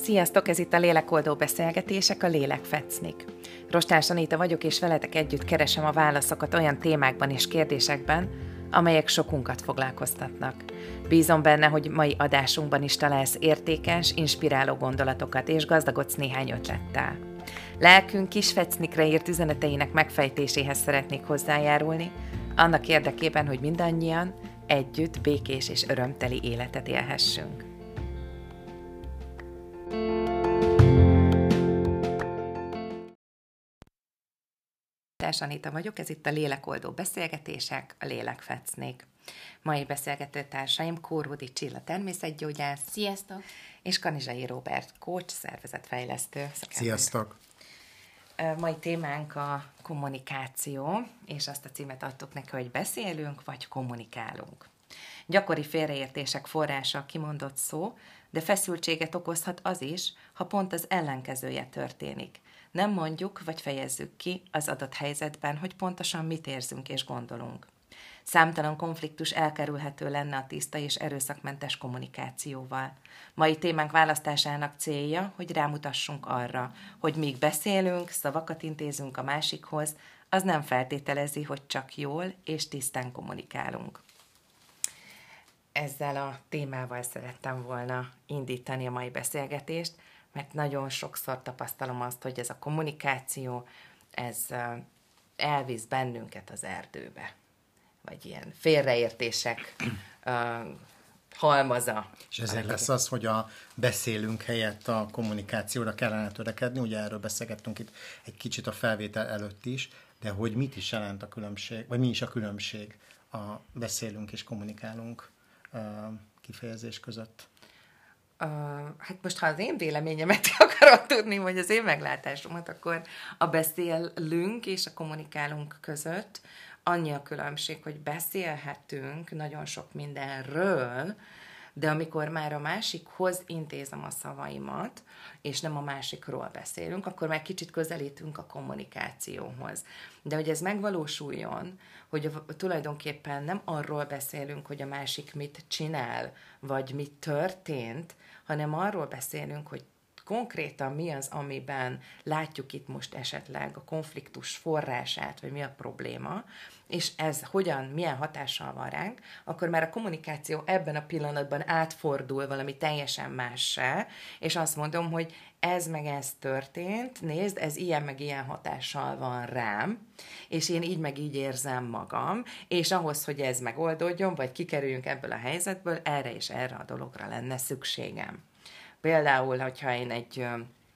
Sziasztok, ez itt a Lélekoldó Beszélgetések, a Lélekfecnik. Rostás Anita vagyok, és veletek együtt keresem a válaszokat olyan témákban és kérdésekben, amelyek sokunkat foglalkoztatnak. Bízom benne, hogy mai adásunkban is találsz értékes, inspiráló gondolatokat, és gazdagodsz néhány ötlettel. Lelkünk kis fecnikre írt üzeneteinek megfejtéséhez szeretnék hozzájárulni, annak érdekében, hogy mindannyian együtt békés és örömteli életet élhessünk. Anita vagyok, ez itt a Lélekoldó Beszélgetések, a Lélekfecnik. Mai beszélgető társaim Kórhudi Csilla természetgyógyász. Sziasztok! És Kanizsai Róbert coach, szervezetfejlesztő. Sziasztok! Mai témánk a kommunikáció, és azt a címet adtuk neki, hogy beszélünk vagy kommunikálunk. Gyakori félreértések forrása a kimondott szó, de feszültséget okozhat az is, ha pont az ellenkezője történik. Nem mondjuk vagy fejezzük ki az adott helyzetben, hogy pontosan mit érzünk és gondolunk. Számtalan konfliktus elkerülhető lenne a tiszta és erőszakmentes kommunikációval. Mai témánk választásának célja, hogy rámutassunk arra, hogy míg beszélünk, szavakat intézünk a másikhoz, az nem feltételezi, hogy csak jól és tisztán kommunikálunk. Ezzel a témával szerettem volna indítani a mai beszélgetést, mert nagyon sokszor tapasztalom azt, hogy ez a kommunikáció, ez elvisz bennünket az erdőbe. Vagy ilyen félreértések halmaza. És ezért lesz az, hogy a beszélünk helyett a kommunikációra kellene törekedni, ugye erről beszélgettünk itt egy kicsit a felvétel előtt is, de hogy mit is jelent a különbség, vagy mi is a különbség a beszélünk és kommunikálunk kifejezés között. Hát most, ha az én véleményemet akarod tudni, vagy az én meglátásomat, akkor a beszélünk és a kommunikálunk között annyi a különbség, hogy beszélhetünk nagyon sok mindenről, de amikor már a másikhoz intézem a szavaimat, és nem a másikról beszélünk, akkor már kicsit közelítünk a kommunikációhoz. De hogy ez megvalósuljon, hogy tulajdonképpen nem arról beszélünk, hogy a másik mit csinál, vagy mit történt, hanem arról beszélünk, hogy konkrétan mi az, amiben látjuk itt most esetleg a konfliktus forrását, vagy mi a probléma, és ez milyen hatással van ránk, akkor már a kommunikáció ebben a pillanatban átfordul valami teljesen mássá, és azt mondom, hogy ez meg ez történt, nézd, ez ilyen meg ilyen hatással van rám, és én így meg így érzem magam, és ahhoz, hogy ez megoldódjon, vagy kikerüljünk ebből a helyzetből, erre és erre a dologra lenne szükségem. Például, hogyha én egy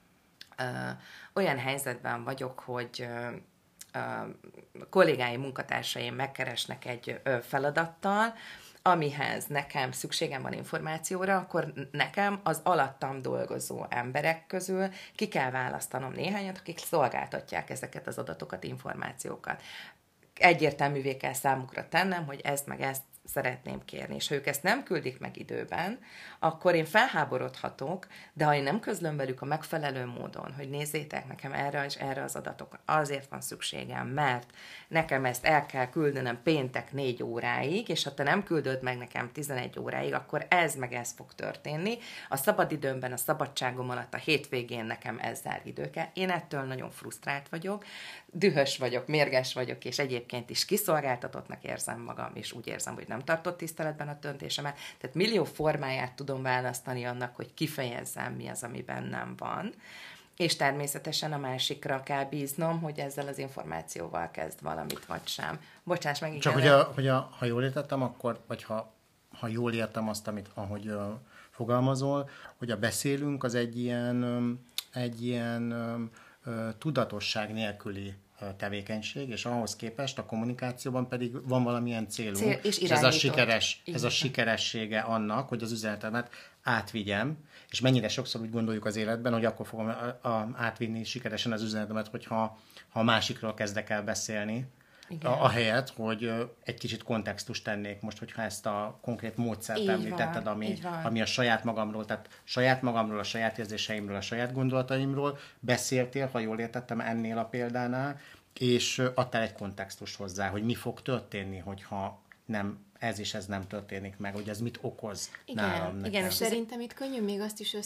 olyan helyzetben vagyok, hogy kollégáim, munkatársaim megkeresnek egy feladattal, amihez nekem szükségem van információra, akkor nekem az alattam dolgozó emberek közül ki kell választanom néhányat, akik szolgáltatják ezeket az adatokat, információkat. Egyértelművé kell számukra tennem, hogy ezt meg ezt szeretném kérni, és ha ők ezt nem küldik meg időben, akkor én felháborodhatok, de ha én nem közlöm velük a megfelelő módon, hogy nézzétek, nekem erre és erre az adatok azért van szükségem, mert nekem ezt el kell küldenem péntek 4 óráig, és ha te nem küldöd meg nekem 11 óráig, akkor ez meg ez fog történni. A szabadidőmben, a szabadságom alatt, a hétvégén nekem ezzel idő kell. Én ettől nagyon frusztrált vagyok, dühös vagyok, mérges vagyok, és egyébként is kiszolgáltatottnak érzem magam, és úgy érzem, hogy nem tartott tiszteletben a döntésemet. Tehát millió formáját tudom választani annak, hogy kifejezzem, mi az, ami bennem van. És természetesen a másikra kell bíznom, hogy ezzel az információval kezd valamit, vagy sem. Bocsáss meg, igen. Csak ha jól értettem, akkor, vagy ha jól értem azt, ahogy fogalmazol, hogy a beszélünk az egy ilyen tudatosság nélküli tevékenység, és ahhoz képest a kommunikációban pedig van valamilyen célunk, és ez a sikeressége annak, hogy az üzenetemet átvigyem, és mennyire sokszor úgy gondoljuk az életben, hogy akkor fogom átvinni sikeresen az üzenetemet, hogyha a másikról kezdek el beszélni, ahelyett, hogy egy kicsit kontextust tennék most, hogyha ezt a konkrét módszert említetted, ami a saját magamról, tehát saját magamról, a saját érzéseimről, a saját gondolataimról beszéltél, ha jól értettem ennél a példánál, és adtál egy kontextust hozzá, hogy mi fog történni, hogyha nem ez nem történik meg, hogy ez mit okoz nálam nekem. Igen, és szerintem itt könnyű még azt is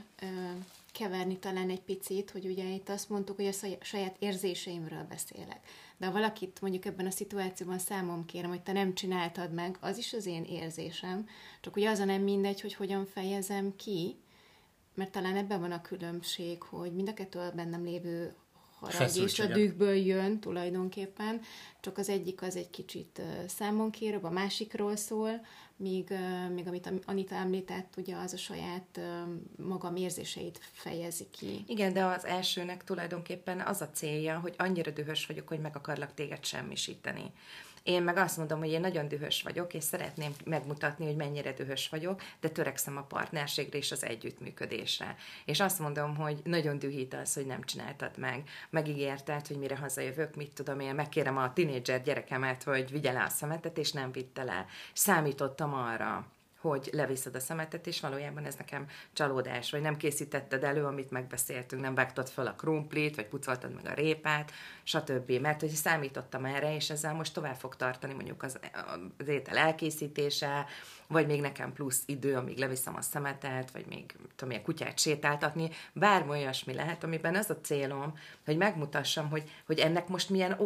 keverni talán egy picit, hogy ugye itt azt mondtuk, hogy a saját érzéseimről beszélek. De ha valakit mondjuk ebben a szituációban számom kérem, hogy te nem csináltad meg, az is az én érzésem. Csak ugye az a nem mindegy, hogy hogyan fejezem ki, mert talán ebben van a különbség, hogy mind a kettő a bennem lévő harag és a dühből jön tulajdonképpen, csak az egyik az egy kicsit számonkérőbb, a másikról szól, míg amit Anita említett, ugye az a saját magam érzéseit fejezi ki. Igen, de az elsőnek tulajdonképpen az a célja, hogy annyira dühös vagyok, hogy meg akarlak téged semmisíteni. Én meg azt mondom, hogy én nagyon dühös vagyok, és szeretném megmutatni, hogy mennyire dühös vagyok, de törekszem a partnerségre és az együttműködésre. És azt mondom, hogy nagyon dühít az, hogy nem csináltad meg. Megígérted, hogy mire hazajövök, mit tudom én, megkérem a tinédzser gyerekemet, hogy vigye le a szemetet, és nem vitte le. Számítottam arra, hogy leviszed a szemetet, és valójában ez nekem csalódás, vagy nem készítetted elő, amit megbeszéltünk, nem vágtad fel a krumplit, vagy pucoltad meg a répát, stb. Mert hogy számítottam erre, és ezzel most tovább fog tartani mondjuk az étel elkészítése, vagy még nekem plusz idő, amíg leviszem a szemetet, vagy még tudom, a kutyát sétáltatni, bármi olyasmi lehet, amiben az a célom, hogy megmutassam, hogy ennek most milyen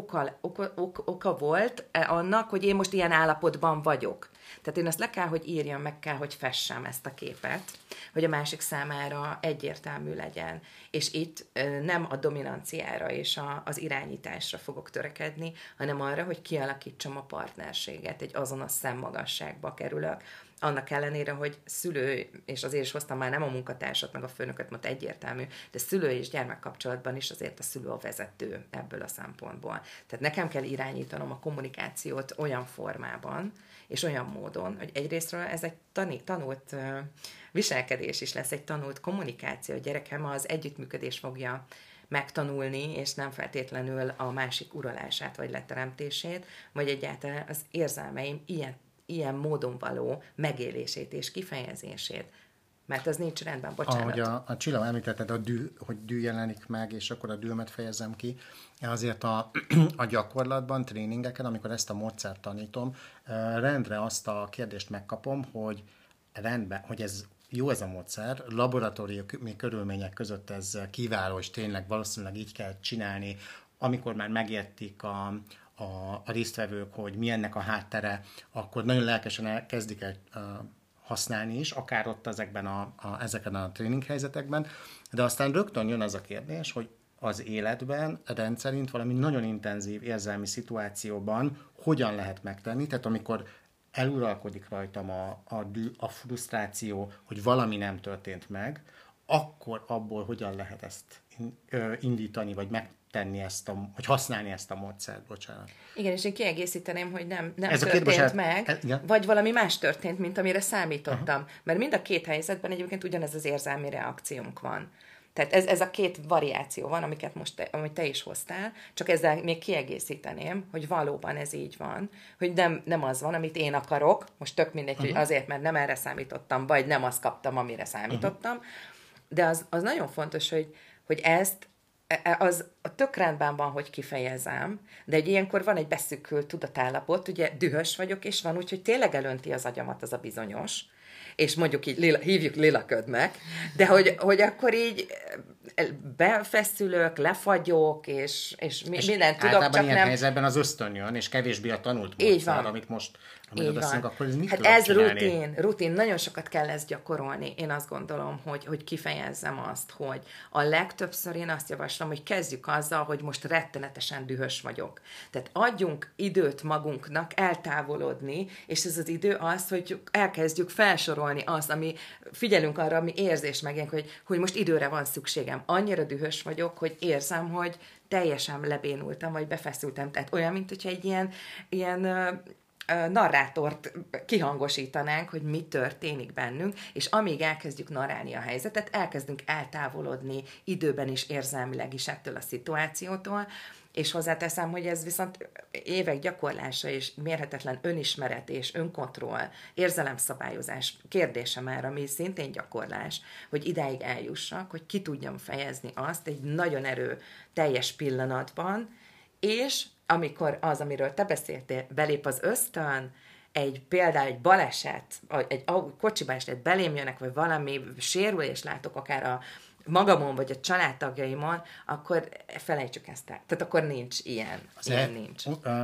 oka volt annak, hogy én most ilyen állapotban vagyok. Tehát én azt le kell, hogy írjam, meg kell, hogy fessem ezt a képet, hogy a másik számára egyértelmű legyen. És itt nem a dominanciára és az irányításra fogok törekedni, hanem arra, hogy kialakítsam a partnerséget, egy azonos szemmagasságba kerülök. Annak ellenére, hogy szülő, és azért is hoztam már nem a munkatársat, meg a főnököt, mert egyértelmű, de szülő és gyermek kapcsolatban is azért a szülő a vezető ebből a szempontból. Tehát nekem kell irányítanom a kommunikációt olyan formában, és olyan módon, hogy egyrésztről ez egy tanult viselkedés is lesz, egy tanult kommunikáció. A gyerekem az együttműködés fogja megtanulni, és nem feltétlenül a másik uralását vagy leteremtését, vagy egyáltalán az érzelmeim ilyen módon való megélését és kifejezését. Mert az nincs rendben, bocsánat. Ahogy a Csilla említetted, hogy dű jelenik meg, és akkor a dühömet fejezem ki. Azért a gyakorlatban, tréningeken, amikor ezt a módszert tanítom, rendre azt a kérdést megkapom, hogy rendben, hogy ez jó ez a módszer, laboratóriumi körülmények között ez kiváló, és tényleg valószínűleg így kell csinálni, amikor már megértik a résztvevők, hogy mi ennek a háttere, akkor nagyon lelkesen kezdik el használni is, akár ott ezeken a tréning helyzetekben, de aztán rögtön jön az a kérdés, hogy az életben rendszerint valami nagyon intenzív érzelmi szituációban hogyan lehet megtenni, tehát amikor eluralkodik rajtam a frusztráció, hogy valami nem történt meg, akkor abból hogyan lehet ezt indítani, vagy megtenni hogy használni ezt a módszert, bocsánat. Igen, és én kiegészíteném, hogy nem történt meg, vagy valami más történt, mint amire számítottam. Uh-huh. Mert mind a két helyzetben egyébként ugyanez az érzelmi reakciónk van. Tehát ez a két variáció van, amit te is hoztál, csak ezzel még kiegészíteném, hogy valóban ez így van, hogy nem az van, amit én akarok, most tök mindegy, hogy azért, mert nem erre számítottam, vagy nem azt kaptam, amire számítottam, de az nagyon fontos, hogy ezt az tök rendben van, hogy kifejezem, de egy ilyenkor van egy beszűkült tudatállapot, ugye dühös vagyok, és van úgy, hogy tényleg elönti az agyamat az a bizonyos, és mondjuk így hívjuk lilaködnek, de hogy akkor így befeszülök, lefagyok, és mindent tudok, csak ilyen nem... helyzetben az ösztön jön, és kevésbé a tanult módszer, amit most beszélünk, akkor ez mit hát ez rutin, nagyon sokat kell ezt gyakorolni. Én azt gondolom, hogy kifejezzem azt, hogy a legtöbbször én azt javaslom, hogy kezdjük azzal, hogy most rettenetesen dühös vagyok. Tehát adjunk időt magunknak eltávolodni, és ez az idő az, hogy elkezdjük felsorolni azt, ami figyelünk arra, ami érzés megjelenk, hogy most időre van szükségem. Annyira dühös vagyok, hogy érzem, hogy teljesen lebénultam, vagy befeszültem. Tehát olyan, mint hogyha egy ilyen narrátort kihangosítanánk, hogy mi történik bennünk, és amíg elkezdjük narrálni a helyzetet, elkezdünk eltávolodni időben és érzelmileg is ettől a szituációtól, és hozzáteszem, hogy ez viszont évek gyakorlása és mérhetetlen önismeret és önkontroll, érzelemszabályozás kérdése már, ami szintén gyakorlás, hogy idáig eljussak, hogy ki tudjam fejezni azt egy nagyon teljes pillanatban, és amikor az, amiről te beszéltél, belép az ösztön, például egy baleset, egy kocsi baleset, belém jönnek, vagy valami sérülés látok akár a magamon, vagy a családtagjaimon, akkor felejtsük ezt el. Tehát akkor nincs ilyen. Ilyen nincs.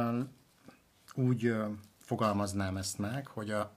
Úgy fogalmaznám ezt meg, hogy a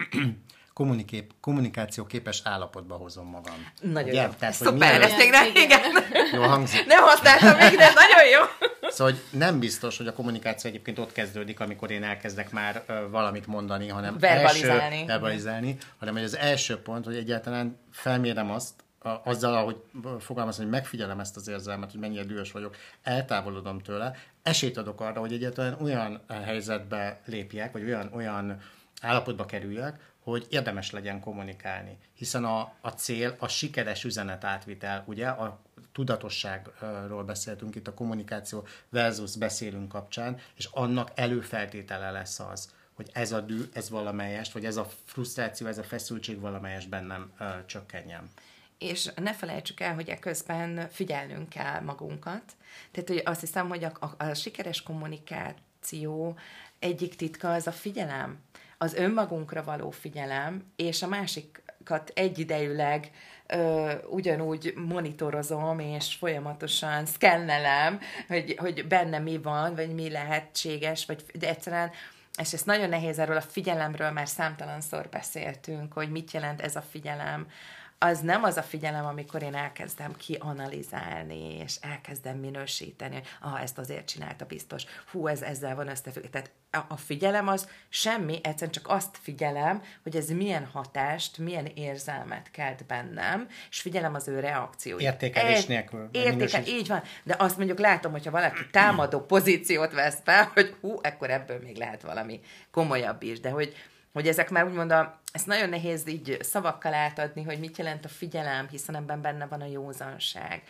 kommunikáció képes állapotba hozom magam. Nagyon jó. Tehát, szuper, ezt még nem, igen. Jó hangzik. Nem használtam még, de nagyon jó. Szóval hogy nem biztos, hogy a kommunikáció egyébként ott kezdődik, amikor én elkezdek már valamit mondani, hanem verbalizálni, hanem hogy az első pont, hogy egyáltalán felmérem azt, azzal, ahogy fogalmazom, hogy megfigyelem ezt az érzelmet, hogy mennyire dühös vagyok, eltávolodom tőle, esélyt adok arra, hogy egyáltalán olyan helyzetbe lépjek, vagy olyan állapotba kerüljek, hogy érdemes legyen kommunikálni. Hiszen a cél a sikeres üzenet átvitel, ugye? A tudatosságról beszéltünk itt, a kommunikáció versus beszélünk kapcsán, és annak előfeltétele lesz az, hogy ez a düh, ez valamelyest, vagy ez a frusztráció, ez a feszültség valamelyest bennem csökkenjen. És ne felejtsük el, hogy eközben figyelnünk kell magunkat. Tehát hogy azt hiszem, hogy a sikeres kommunikáció egyik titka az a figyelem. Az önmagunkra való figyelem, és a másikat egyidejűleg ugyanúgy monitorozom, és folyamatosan szkennelem, hogy benne mi van, vagy mi lehetséges, de egyszerűen, és ez nagyon nehéz, erről a figyelemről már számtalanszor beszéltünk, hogy mit jelent ez a figyelem. Az nem az a figyelem, amikor én elkezdem kianalizálni, és elkezdem minősíteni, hogy ezt azért csinálta biztos, ez ezzel van összefüggő. Tehát a figyelem az semmi, egyszerűen csak azt figyelem, hogy ez milyen hatást, milyen érzelmet kelt bennem, és figyelem az ő reakcióit. Értékelés nélkül. Így van. De azt mondjuk látom, hogyha valaki támadó pozíciót vesz be, hogy akkor ebből még lehet valami komolyabb is, de hogy ezek már úgymond ezt nagyon nehéz így szavakkal átadni, hogy mit jelent a figyelem, hiszen ebben benne van a józanság,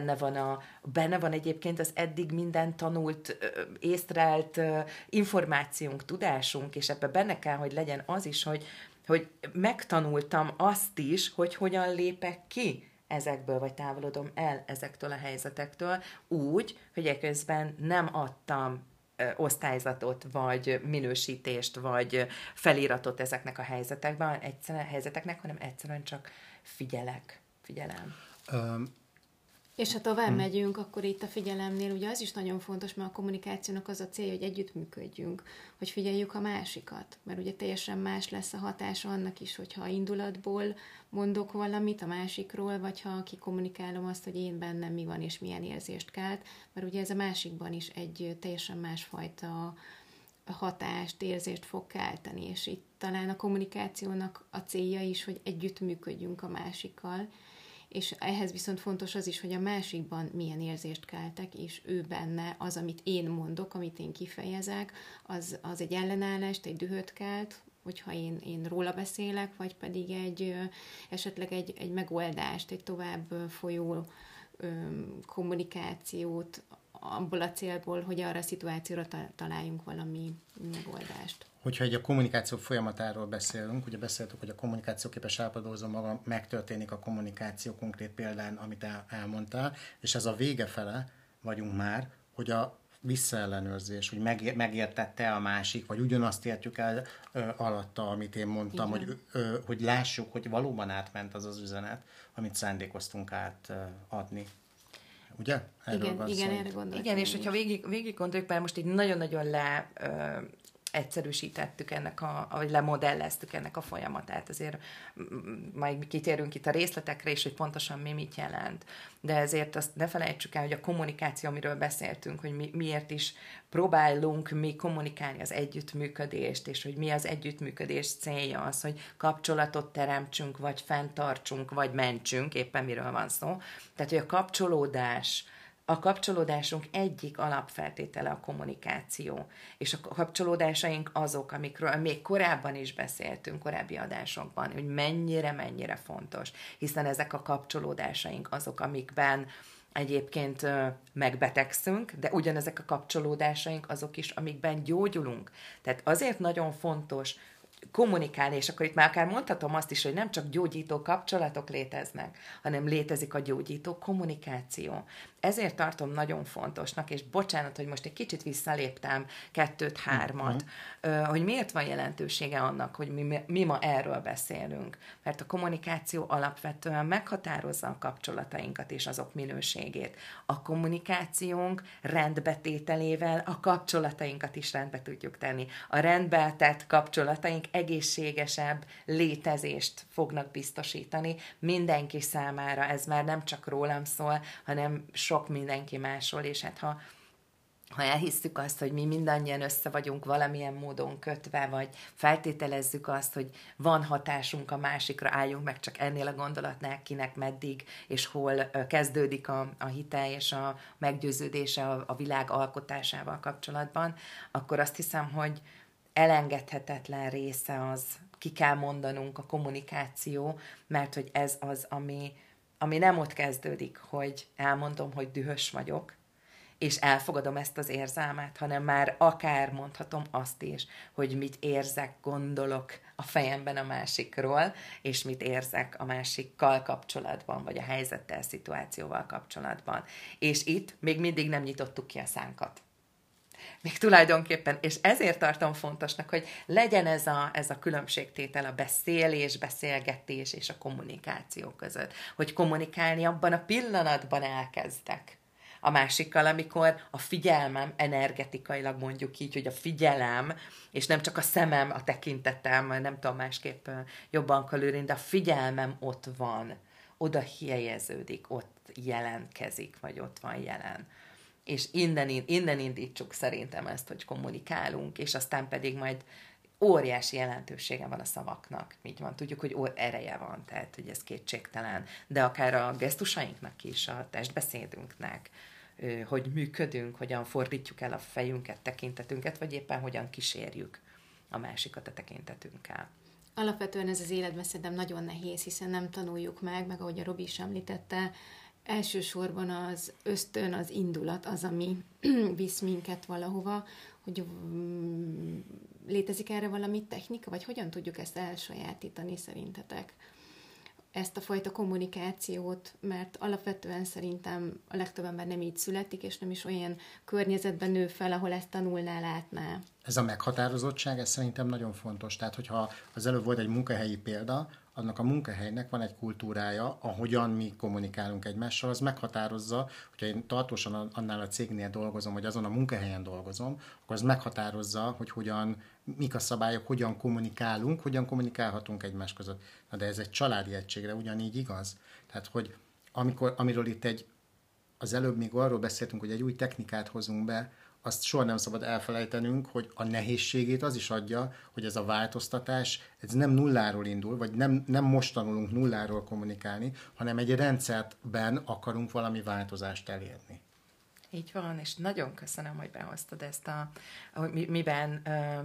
benne van egyébként az eddig minden tanult, észrelt információnk, tudásunk, és ebben benne kell, hogy legyen az is, hogy megtanultam azt is, hogy hogyan lépek ki ezekből, vagy távolodom el ezektől a helyzetektől, úgy, hogy eközben nem adtam osztályzatot, vagy minősítést, vagy feliratot ezeknek a helyzeteknek, hanem egyszerűen csak figyelem. És ha tovább megyünk, akkor itt a figyelemnél ugye az is nagyon fontos, mert a kommunikációnak az a célja, hogy együttműködjünk, hogy figyeljük a másikat, mert ugye teljesen más lesz a hatása annak is, hogyha indulatból mondok valamit a másikról, vagy ha kikommunikálom azt, hogy én bennem mi van és milyen érzést kelt, mert ugye ez a másikban is egy teljesen másfajta hatást, érzést fog kelteni, és itt talán a kommunikációnak a célja is, hogy együttműködjünk a másikkal, és ehhez viszont fontos az is, hogy a másikban milyen érzést keltek, és ő benne az, amit én mondok, amit én kifejezek, az egy ellenállást, egy dühöt kelt, hogyha én róla beszélek, vagy pedig esetleg egy megoldást, egy tovább folyó kommunikációt abból a célból, hogy arra a szituációra találjunk valami megoldást. Hogyha egy a kommunikáció folyamatáról beszélünk, ugye beszéltük, hogy a kommunikáció képes állapotba maga, megtörténik a kommunikáció konkrét példán, amit elmondtál, és ez a vége fele vagyunk már, hogy a visszaellenőrzés, hogy megértette a másik, vagy ugyanazt értjük el alatta, amit én mondtam, hogy lássuk, hogy valóban átment az az üzenet, amit szándékoztunk átadni. Ugye? Igen, erre gondoltam. Igen, és hogyha végig gondoljuk, mert most így nagyon-nagyon egyszerűsítettük vagy lemodelleztük ennek a folyamatát. Azért majd kitérünk itt a részletekre is, hogy pontosan mit jelent. De ezért azt ne felejtsük el, hogy a kommunikáció, amiről beszéltünk, hogy miért is próbálunk mi kommunikálni az együttműködést, és hogy mi az együttműködés célja az, hogy kapcsolatot teremtsünk, vagy fenntartsunk, vagy mentsünk, éppen miről van szó. Tehát, hogy a kapcsolódásunk egyik alapfeltétele a kommunikáció. És a kapcsolódásaink azok, amikről még korábban is beszéltünk, korábbi adásokban, hogy mennyire fontos. Hiszen ezek a kapcsolódásaink azok, amikben egyébként megbetegszünk, de ugyanezek a kapcsolódásaink azok is, amikben gyógyulunk. Tehát azért nagyon fontos kommunikálni, és akkor itt már akár mondhatom azt is, hogy nem csak gyógyító kapcsolatok léteznek, hanem létezik a gyógyító kommunikáció. Ezért tartom nagyon fontosnak, és bocsánat, hogy most egy kicsit visszaléptem 2-3, hogy miért van jelentősége annak, hogy mi ma erről beszélünk. Mert a kommunikáció alapvetően meghatározza a kapcsolatainkat és azok minőségét. A kommunikációnk rendbetételével a kapcsolatainkat is rendbe tudjuk tenni. A rendbe tett kapcsolataink egészségesebb létezést fognak biztosítani mindenki számára. Ez már nem csak rólam szól, hanem sok mindenki másról, és hát ha elhisszük azt, hogy mi mindannyian össze vagyunk valamilyen módon kötve, vagy feltételezzük azt, hogy van hatásunk a másikra, álljunk meg csak ennél a gondolatnál, kinek meddig, és hol kezdődik a hite és a meggyőződése a világ alkotásával kapcsolatban, akkor azt hiszem, hogy elengedhetetlen része az, ki kell mondanunk a kommunikáció, mert hogy ez az, ami nem ott kezdődik, hogy elmondom, hogy dühös vagyok, és elfogadom ezt az érzelmet, hanem már akár mondhatom azt is, hogy mit érzek, gondolok a fejemben a másikról, és mit érzek a másikkal kapcsolatban, vagy a helyzettel, szituációval kapcsolatban. És itt még mindig nem nyitottuk ki a szánkat. Még tulajdonképpen, és ezért tartom fontosnak, hogy legyen ez a különbségtétel a beszélés, beszélgetés és a kommunikáció között. Hogy kommunikálni abban a pillanatban elkezdek a másikkal, amikor a figyelmem energetikailag mondjuk így, hogy a figyelem, és nem csak a szemem, a tekintetem, nem tudom másképp jobban kalőrin, de a figyelmem ott van, oda helyeződik, ott jelentkezik, vagy ott van jelen. És innen indítsuk szerintem ezt, hogy kommunikálunk, és aztán pedig majd óriási jelentősége van a szavaknak. Így van, tudjuk, hogy ereje van, tehát hogy ez kétségtelen. De akár a gesztusainknak is, a testbeszédünknek, hogy működünk, hogyan fordítjuk el a fejünket, tekintetünket, vagy éppen hogyan kísérjük a másikat a tekintetünkkel. Alapvetően ez az életben szerintem nagyon nehéz, hiszen nem tanuljuk meg ahogy a Robi is említette, elsősorban az ösztön, az indulat az, ami visz minket valahova, hogy létezik erre valami technika, vagy hogyan tudjuk ezt elsajátítani szerintetek? Ezt a fajta kommunikációt, mert alapvetően szerintem a legtöbb ember nem így születik, és nem is olyan környezetben nő fel, ahol ezt tanulná, látná. Ez a meghatározottság, ez szerintem nagyon fontos. Tehát, hogyha az előbb volt egy munkahelyi példa, annak a munkahelynek van egy kultúrája, ahogyan mi kommunikálunk egymással, az meghatározza, hogyha én tartósan annál a cégnél dolgozom, vagy azon a munkahelyen dolgozom, akkor az meghatározza, hogy mik a szabályok, hogyan kommunikálunk, hogyan kommunikálhatunk egymás között. Na de ez egy családi egységre ugyanígy igaz. Tehát, hogy amiről itt az előbb még arról beszéltünk, hogy egy új technikát hozunk be, azt soha nem szabad elfelejtenünk, hogy a nehézségét az is adja, hogy ez a változtatás, ez nem nulláról indul, vagy nem most tanulunk nulláról kommunikálni, hanem egy rendszerben akarunk valami változást elérni. Így van, és nagyon köszönöm, hogy behoztad ezt miben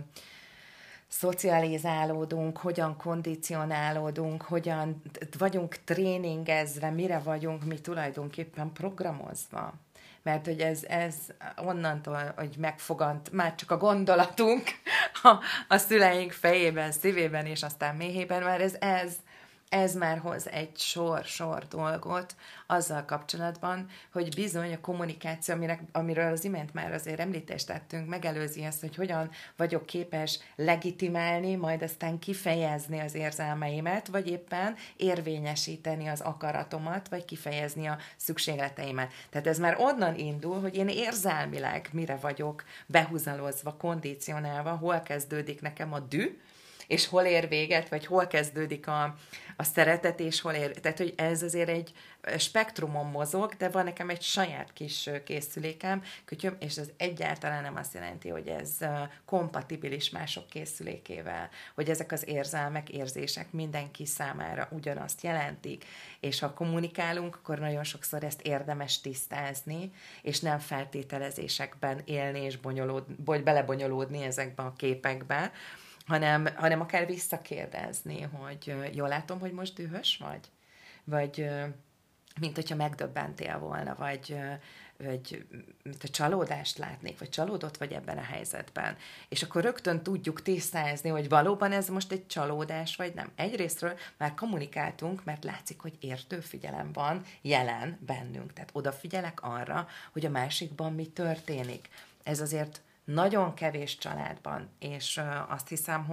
szocializálódunk, hogyan kondicionálódunk, hogyan vagyunk tréningezve, mire vagyunk mi tulajdonképpen programozva. Mert hogy ez onnantól, hogy megfogant már csak a gondolatunk a szüleink fejében, szívében és aztán méhében, mert ez már hoz egy sor dolgot azzal kapcsolatban, hogy bizony a kommunikáció, amiről az imént már azért említést tettünk, megelőzi ezt, hogy hogyan vagyok képes legitimálni, majd aztán kifejezni az érzelmeimet, vagy éppen érvényesíteni az akaratomat, vagy kifejezni a szükségleteimet. Tehát ez már onnan indul, hogy én érzelmileg mire vagyok behúzalozva, kondicionálva, hol kezdődik nekem a düh, és hol ér véget, vagy hol kezdődik a szeretet, és hol ér... Tehát, hogy ez azért egy spektrumon mozog, de van nekem egy saját kis készülékem, kütyöm, és ez egyáltalán nem azt jelenti, hogy ez kompatibilis mások készülékével, hogy ezek az érzelmek, érzések mindenki számára ugyanazt jelentik, és ha kommunikálunk, akkor nagyon sokszor ezt érdemes tisztázni, és nem feltételezésekben élni, és belebonyolódni ezekbe a képekbe, hanem akár visszakérdezni, hogy jól látom, hogy most dühös vagy? Vagy mint hogyha megdöbbentél volna, vagy mint a csalódást látnék, vagy csalódott vagy ebben a helyzetben. És akkor rögtön tudjuk tisztázni, hogy valóban ez most egy csalódás, vagy nem. Egyrésztről már kommunikáltunk, mert látszik, hogy értő figyelem van jelen bennünk. Tehát odafigyelek arra, hogy a másikban mi történik. Ez azért nagyon kevés családban, és azt hiszem,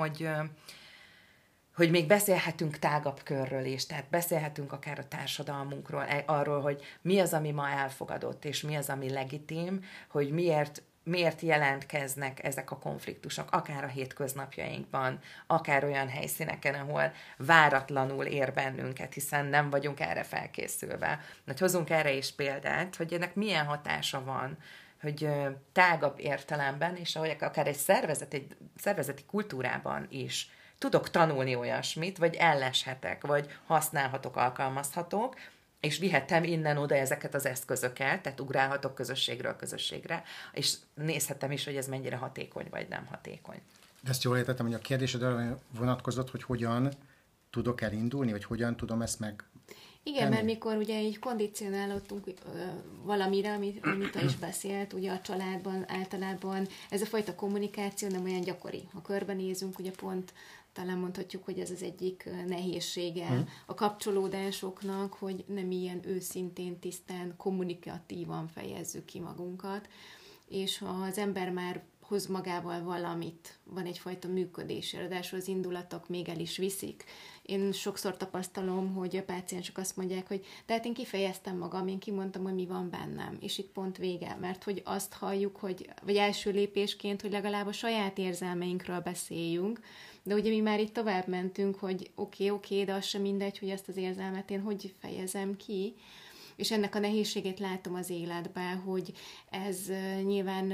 hogy még beszélhetünk tágabb körről is, tehát beszélhetünk akár a társadalmunkról, arról, hogy mi az, ami ma elfogadott, és mi az, ami legitim, hogy miért jelentkeznek ezek a konfliktusok, akár a hétköznapjainkban, akár olyan helyszíneken, ahol váratlanul ér bennünket, hiszen nem vagyunk erre felkészülve. Hozunk erre is példát, hogy ennek milyen hatása van, hogy tágabb értelemben, és ahogy akár egy szervezeti kultúrában is tudok tanulni olyasmit, vagy elleshetek, vagy használhatok, alkalmazhatok, és vihetem innen oda ezeket az eszközöket, tehát ugrálhatok közösségről közösségre, és nézhetem is, hogy ez mennyire hatékony, vagy nem hatékony. De ezt jól értettem, hogy a kérdésed arra vonatkozott, hogy hogyan tudok elindulni, vagy hogyan tudom ezt meg... Igen, mert mikor ugye így kondicionálódtunk valamire, amit Anita is beszélt, ugye a családban általában ez a fajta kommunikáció nem olyan gyakori. Ha körbenézünk, ugye pont talán mondhatjuk, hogy ez az egyik nehézsége a kapcsolódásoknak, hogy nem ilyen őszintén, tisztán, kommunikatívan fejezzük ki magunkat, és ha az ember már hoz magával valamit, van egyfajta működés, ráadásul az indulatok még el is viszik. Én sokszor tapasztalom, hogy a páciensek azt mondják, hogy tehát én kifejeztem magam, én kimondtam, hogy mi van bennem, és itt pont vége, mert hogy azt halljuk, vagy első lépésként, hogy legalább a saját érzelmeinkről beszéljünk, de ugye mi már itt tovább mentünk, hogy oké, de az sem mindegy, hogy ezt az érzelmet én hogy fejezem ki, és ennek a nehézségét látom az életben, hogy ez nyilván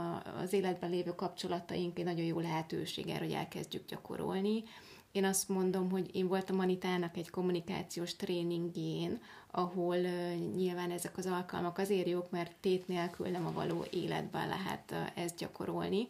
az életben lévő kapcsolataink egy nagyon jó lehetőség erre, hogy elkezdjük gyakorolni. Én azt mondom, hogy én voltam Anitának egy kommunikációs tréningjén, ahol nyilván ezek az alkalmak azért jók, mert tét nélkül nem a való életben lehet ezt gyakorolni.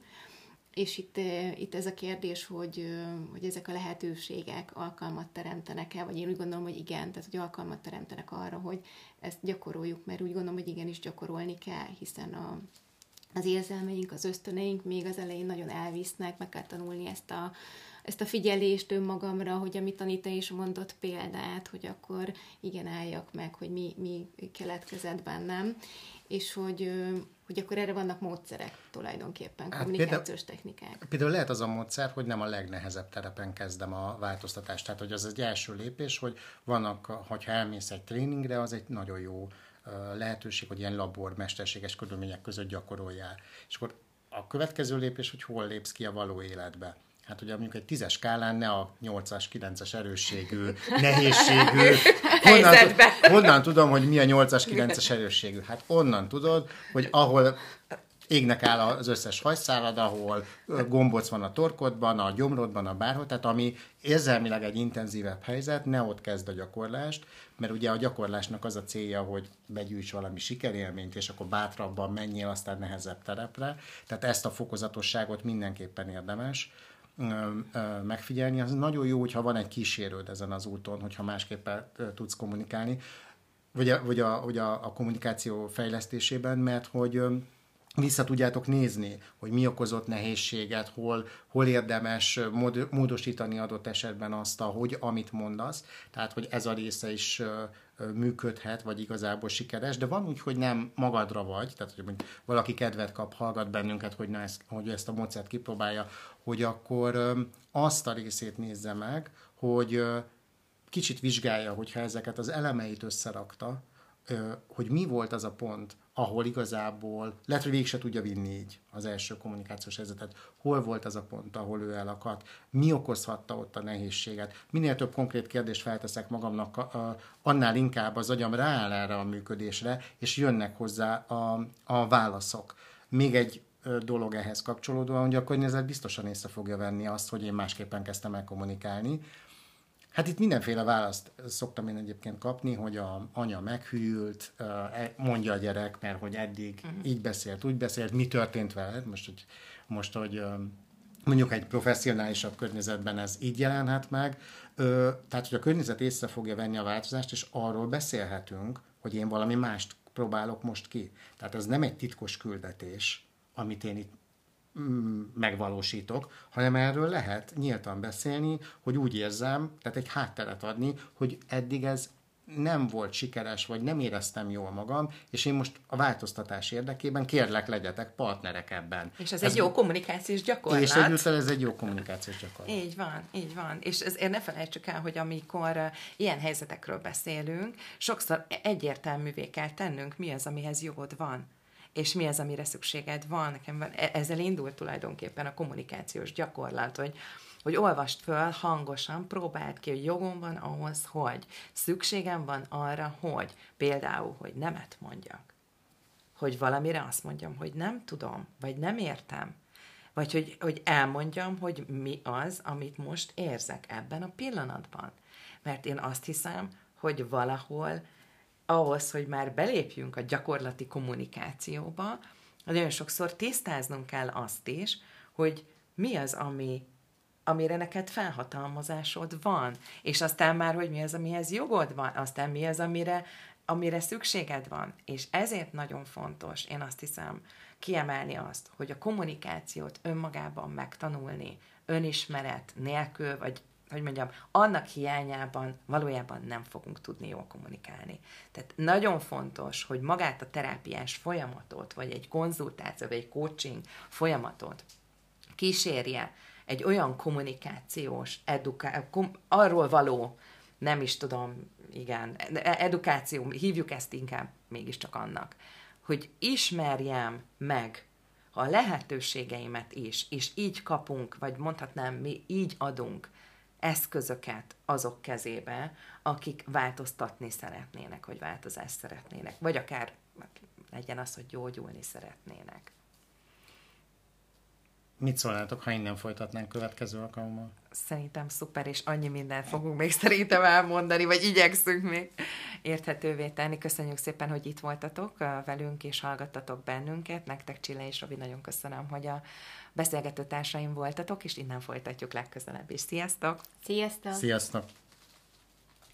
És itt ez a kérdés, hogy ezek a lehetőségek alkalmat teremtenek-e, vagy én úgy gondolom, hogy igen, tehát hogy alkalmat teremtenek arra, hogy ezt gyakoroljuk, mert úgy gondolom, hogy igenis gyakorolni kell, hiszen az érzelmeink, az ösztöneink még az elején nagyon elvisznek, meg kell tanulni ezt a figyelést önmagamra, hogy amit Anita is mondott példát, hogy akkor igen, álljak meg, hogy mi keletkezett bennem, és hogy akkor erre vannak módszerek tulajdonképpen, kommunikációs technikák. Például lehet az a módszer, hogy nem a legnehezebb terepen kezdem a változtatást. Tehát, hogy az egy első lépés, hogy vannak, hogyha elmész egy tréningre, az egy nagyon jó lehetőség, hogy ilyen mesterséges körülmények között gyakoroljál. És akkor a következő lépés, hogy hol lépsz ki a való életbe. Hát ugye mondjuk egy 10-es skálán ne a 8-as, 9-es erősségű, nehézségű. Honnan tudom, hogy mi a 8-as, 9-es erősségű? Hát onnan tudod, hogy ahol égnek áll az összes hajszálad, ahol gombóc van a torkodban, a gyomrodban, a bárhol, tehát ami érzelmileg egy intenzívebb helyzet, ne ott kezd a gyakorlást, mert ugye a gyakorlásnak az a célja, hogy begyűjts valami sikerélményt, és akkor bátrabban menjél aztán nehezebb terepre. Tehát ezt a fokozatosságot mindenképpen érdemes megfigyelni. Az nagyon jó, hogyha van egy kísérőd ezen az úton, hogyha másképpen tudsz kommunikálni, vagy a kommunikáció fejlesztésében, mert hogy vissza tudjátok nézni, hogy mi okozott nehézséget, hol érdemes módosítani adott esetben azt, amit mondasz. Tehát, hogy ez a része is működhet, vagy igazából sikeres, de van úgy, hogy nem magadra vagy, tehát, hogy valaki kedvet kap, hallgat bennünket, hogy ezt a módszert kipróbálja, hogy akkor azt a részét nézze meg, hogy kicsit vizsgálja, hogyha ezeket az elemeit összerakta, hogy mi volt az a pont, ahol igazából, lehet, hogy végig se tudja vinni így az első kommunikációs helyzetet, hol volt az a pont, ahol ő elakadt, mi okozhatta ott a nehézséget. Minél több konkrét kérdést felteszek magamnak, annál inkább az agyam rááll erre a működésre, és jönnek hozzá a válaszok. Még egy dolog ehhez kapcsolódóan, hogy a környezet biztosan észre fogja venni azt, hogy én másképpen kezdtem el kommunikálni. Hát itt mindenféle választ szoktam én egyébként kapni, hogy a anya meghűlt, mondja a gyerek, mert hogy eddig így beszélt, úgy beszélt, mi történt veled, most hogy mondjuk egy professzionálisabb környezetben ez így jelenhet meg, tehát hogy a környezet észre fogja venni a változást, és arról beszélhetünk, hogy én valami mást próbálok most ki. Tehát ez nem egy titkos küldetés, amit én itt megvalósítok, hanem erről lehet nyíltan beszélni, hogy úgy érzem, tehát egy hátteret adni, hogy eddig ez nem volt sikeres, vagy nem éreztem jól magam, és én most a változtatás érdekében kérlek, legyetek partnerek ebben. És ez egy jó kommunikációs gyakorlat. És egyúttal ez egy jó kommunikációs gyakorlat. Így van. És ezért ne felejtsük el, hogy amikor ilyen helyzetekről beszélünk, sokszor egyértelművé kell tennünk, mi az, amihez jogod van, és mi az, amire szükséged van. Nekem van. Ezzel indult tulajdonképpen a kommunikációs gyakorlat, hogy olvast föl hangosan, próbáld ki, hogy jogom van ahhoz, hogy szükségem van arra, hogy például, hogy nemet mondjak, hogy valamire azt mondjam, hogy nem tudom, vagy nem értem, vagy hogy elmondjam, hogy mi az, amit most érzek ebben a pillanatban. Mert én azt hiszem, hogy valahol ahhoz, hogy már belépjünk a gyakorlati kommunikációba, nagyon sokszor tisztáznunk kell azt is, hogy mi az, amire neked felhatalmazásod van, és aztán már, hogy mi az, amihez jogod van, aztán mi az, amire szükséged van. És ezért nagyon fontos, én azt hiszem, kiemelni azt, hogy a kommunikációt önmagában megtanulni, önismeret nélkül, vagy hogy mondjam, annak hiányában valójában nem fogunk tudni jól kommunikálni. Tehát nagyon fontos, hogy magát a terápiás folyamatot, vagy egy konzultáció, vagy egy coaching folyamatot kísérje egy olyan kommunikációs, arról való, nem is tudom, igen, edukáció, hívjuk ezt inkább mégiscsak annak, hogy ismerjem meg a lehetőségeimet is, és így kapunk, vagy mondhatnám, mi így adunk eszközöket azok kezébe, akik változtatni szeretnének, vagy változást szeretnének, vagy akár legyen az, hogy gyógyulni szeretnének. Mit szólnátok, ha innen folytatnánk következő alkalommal? Szerintem szuper, és annyi mindent fogunk még szerintem elmondani, vagy igyekszünk még érthetővé tenni. Köszönjük szépen, hogy itt voltatok velünk, és hallgattatok bennünket. Nektek, Csilla és Robi, nagyon köszönöm, hogy a beszélgető társaim voltatok, és innen folytatjuk legközelebb is. Sziasztok! Sziasztok! Sziasztok!